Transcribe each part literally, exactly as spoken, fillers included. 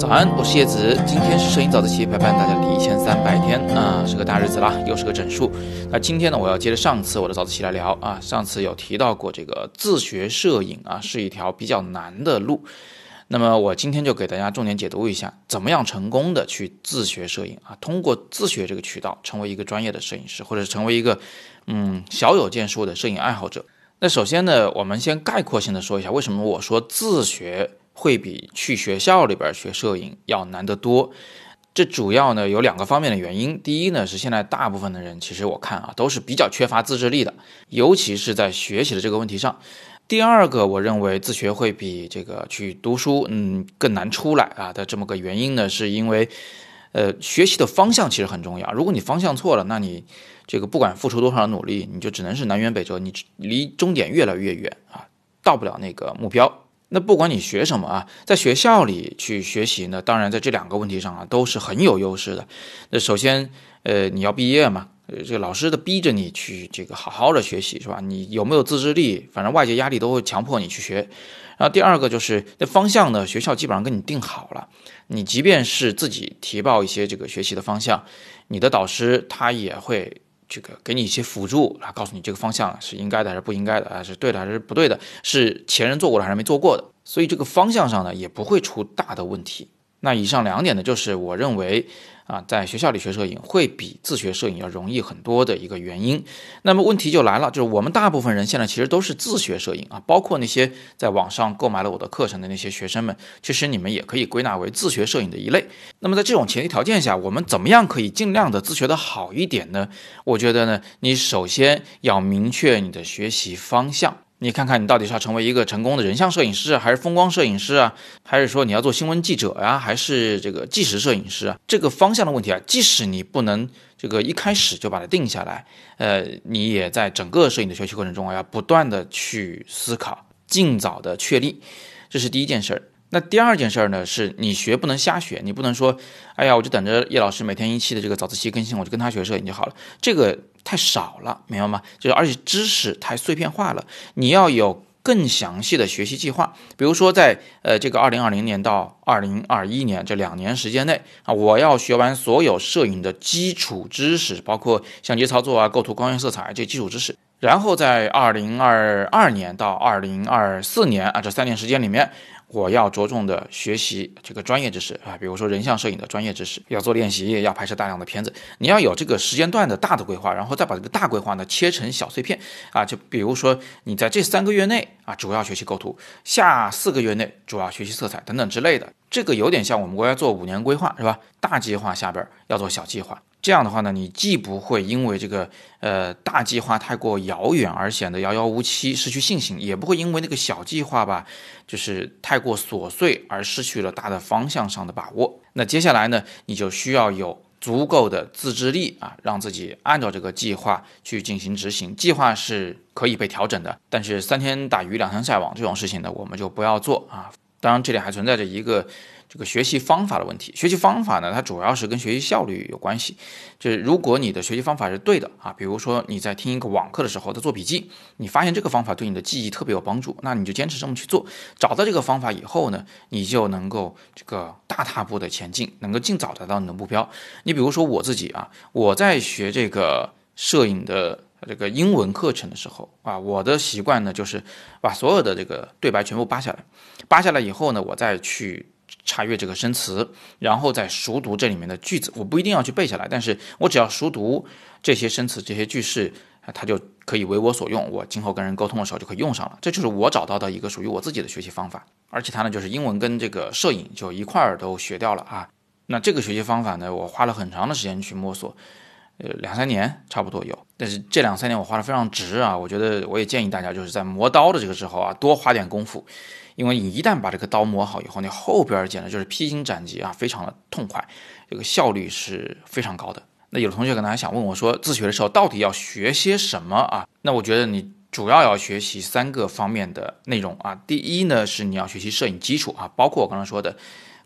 早安，我是叶子。今天是摄影早自习陪伴大家的一千三百天啊，是个大日子了，又是个整数。那今天呢，我要接着上次我的早自习来聊啊。上次有提到过这个自学摄影啊，是一条比较难的路。那么我今天就给大家重点解读一下，怎么样成功的去自学摄影啊，通过自学这个渠道成为一个专业的摄影师，或者是成为一个嗯小有建树的摄影爱好者。那首先呢，我们先概括性的说一下，为什么我说自学会比去学校里边学摄影要难得多。这主要呢有两个方面的原因。第一呢，是现在大部分的人其实我看啊都是比较缺乏自制力的，尤其是在学习的这个问题上。第二个，我认为自学会比这个去读书嗯更难出来啊的这么个原因呢，是因为呃学习的方向其实很重要。如果你方向错了，那你这个不管付出多少努力，你就只能是南辕北辙，你离终点越来越远啊，到不了那个目标。那不管你学什么啊，在学校里去学习呢，当然在这两个问题上啊都是很有优势的。那首先呃你要毕业嘛，呃这个老师的逼着你去这个好好的学习是吧？你有没有自制力，反正外界压力都会强迫你去学。然后第二个就是这方向呢，学校基本上跟你定好了，你即便是自己提报一些这个学习的方向，你的导师他也会这个给你一些辅助啊，告诉你这个方向是应该的还是不应该的啊，是对的还是不对的，是前人做过的还是没做过的。所以这个方向上呢也不会出大的问题。那以上两点呢，就是我认为啊，在学校里学摄影会比自学摄影要容易很多的一个原因。那么问题就来了，就是我们大部分人现在其实都是自学摄影啊，包括那些在网上购买了我的课程的那些学生们，其实你们也可以归纳为自学摄影的一类。那么在这种前提条件下，我们怎么样可以尽量的自学的好一点呢？我觉得呢，你首先要明确你的学习方向。你看看你到底是要成为一个成功的人像摄影师啊，还是风光摄影师啊，还是说你要做新闻记者呀、啊，还是这个纪实摄影师啊？这个方向的问题啊，即使你不能这个一开始就把它定下来，呃，你也在整个摄影的学习过程中啊，要不断的去思考，尽早的确立，这是第一件事儿。那第二件事呢，是你学不能瞎学，你不能说，哎呀，我就等着叶老师每天一期的这个早自习更新，我就跟他学摄影就好了，这个太少了，明白吗？就是而且知识太碎片化了，你要有更详细的学习计划。比如说在呃这个二零二零年到二零二一年这两年时间内啊，我要学完所有摄影的基础知识，包括相机操作啊、构图、光源、色彩这基础知识。然后在二零二二年到二零二四年啊这三年时间里面，我要着重的学习这个专业知识啊，比如说人像摄影的专业知识，要做练习，要拍摄大量的片子。你要有这个时间段的大的规划，然后再把这个大规划呢切成小碎片啊，就比如说你在这三个月内啊主要学习构图，下四个月内主要学习色彩等等之类的。这个有点像我们国家做五年规划是吧？大计划下边要做小计划。这样的话呢，你既不会因为这个呃大计划太过遥远而显得遥遥无期，失去信心，也不会因为那个小计划吧，就是太过琐碎而失去了大的方向上的把握。那接下来呢，你就需要有足够的自制力啊，让自己按照这个计划去进行执行。计划是可以被调整的，但是三天打鱼两天晒网这种事情呢，我们就不要做啊。当然，这里还存在着一个这个学习方法的问题。学习方法呢，它主要是跟学习效率有关系。就是如果你的学习方法是对的啊，比如说你在听一个网课的时候在做笔记，你发现这个方法对你的记忆特别有帮助，那你就坚持这么去做。找到这个方法以后呢，你就能够这个大踏步的前进，能够尽早达到你的目标。你比如说我自己啊，我在学这个摄影的这个英文课程的时候啊，我的习惯呢就是把所有的这个对白全部扒下来，扒下来以后呢，我再去查阅这个生词，然后再熟读这里面的句子。我不一定要去背下来，但是我只要熟读这些生词、这些句式，它就可以为我所用。我今后跟人沟通的时候就可以用上了。这就是我找到的一个属于我自己的学习方法。而且它呢，就是英文跟这个摄影就一块儿都学掉了啊。那这个学习方法呢，我花了很长的时间去摸索。呃，两三年差不多有，但是这两三年我花的非常值啊！我觉得我也建议大家就是在磨刀的这个时候啊，多花点功夫，因为你一旦把这个刀磨好以后，你后边简直就是披荆斩棘啊，非常的痛快，这个效率是非常高的。那有的同学可能还想问我说，自学的时候到底要学些什么啊？那我觉得你主要要学习三个方面的内容啊。第一呢，是你要学习摄影基础啊，包括我刚才说的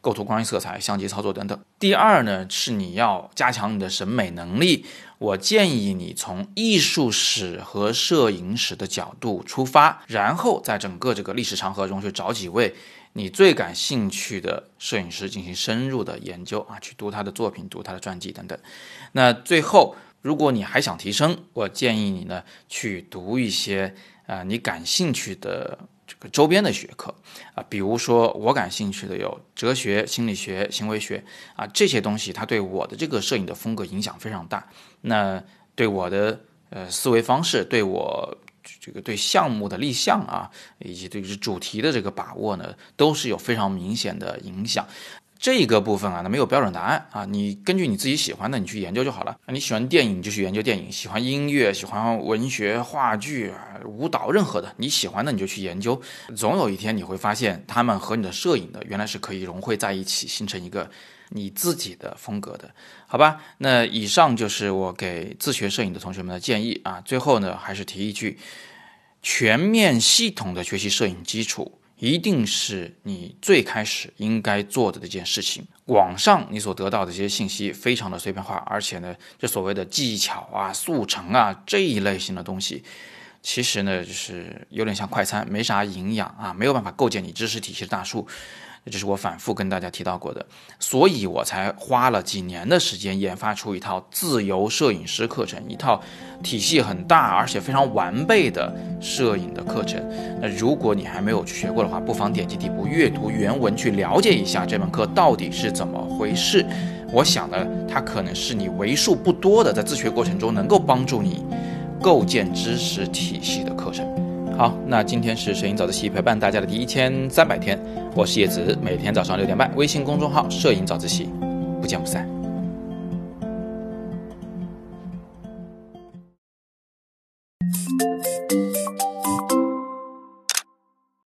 构图、光影、色彩、相机操作等等。第二呢，是你要加强你的审美能力。我建议你从艺术史和摄影史的角度出发，然后在整个这个历史长河中去找几位你最感兴趣的摄影师进行深入的研究啊，去读他的作品、读他的传记等等。那最后，如果你还想提升，我建议你呢去读一些啊、呃、你感兴趣的这个周边的学科啊，比如说我感兴趣的有哲学、心理学、行为学啊，这些东西它对我的这个摄影的风格影响非常大。那对我的呃思维方式，对我这个对项目的立项啊，以及对于主题的这个把握呢，都是有非常明显的影响。这个部分啊，那没有标准答案啊，你根据你自己喜欢的你去研究就好了。你喜欢电影就去研究电影，喜欢音乐、喜欢文学、话剧、舞蹈，任何的你喜欢的你就去研究。总有一天你会发现，他们和你的摄影的原来是可以融汇在一起，形成一个你自己的风格的，好吧？那以上就是我给自学摄影的同学们的建议啊。最后呢，还是提一句，全面系统的学习摄影基础一定是你最开始应该做的这件事情。网上你所得到的这些信息非常的碎片化，而且呢，这所谓的技巧啊、速成啊这一类型的东西，其实呢就是有点像快餐，没啥营养啊，没有办法构建你知识体系的大树。这是我反复跟大家提到过的，所以我才花了几年的时间研发出一套自由摄影师课程，一套体系很大而且非常完备的摄影的课程。那如果你还没有去学过的话，不妨点击底部阅读原文去了解一下这门课到底是怎么回事。我想呢，它可能是你为数不多的在自学过程中能够帮助你构建知识体系的课程。好，那今天是摄影早自习陪伴大家的第一千三百天，我是叶子，每天早上六点半，微信公众号摄影早自习，不见不散。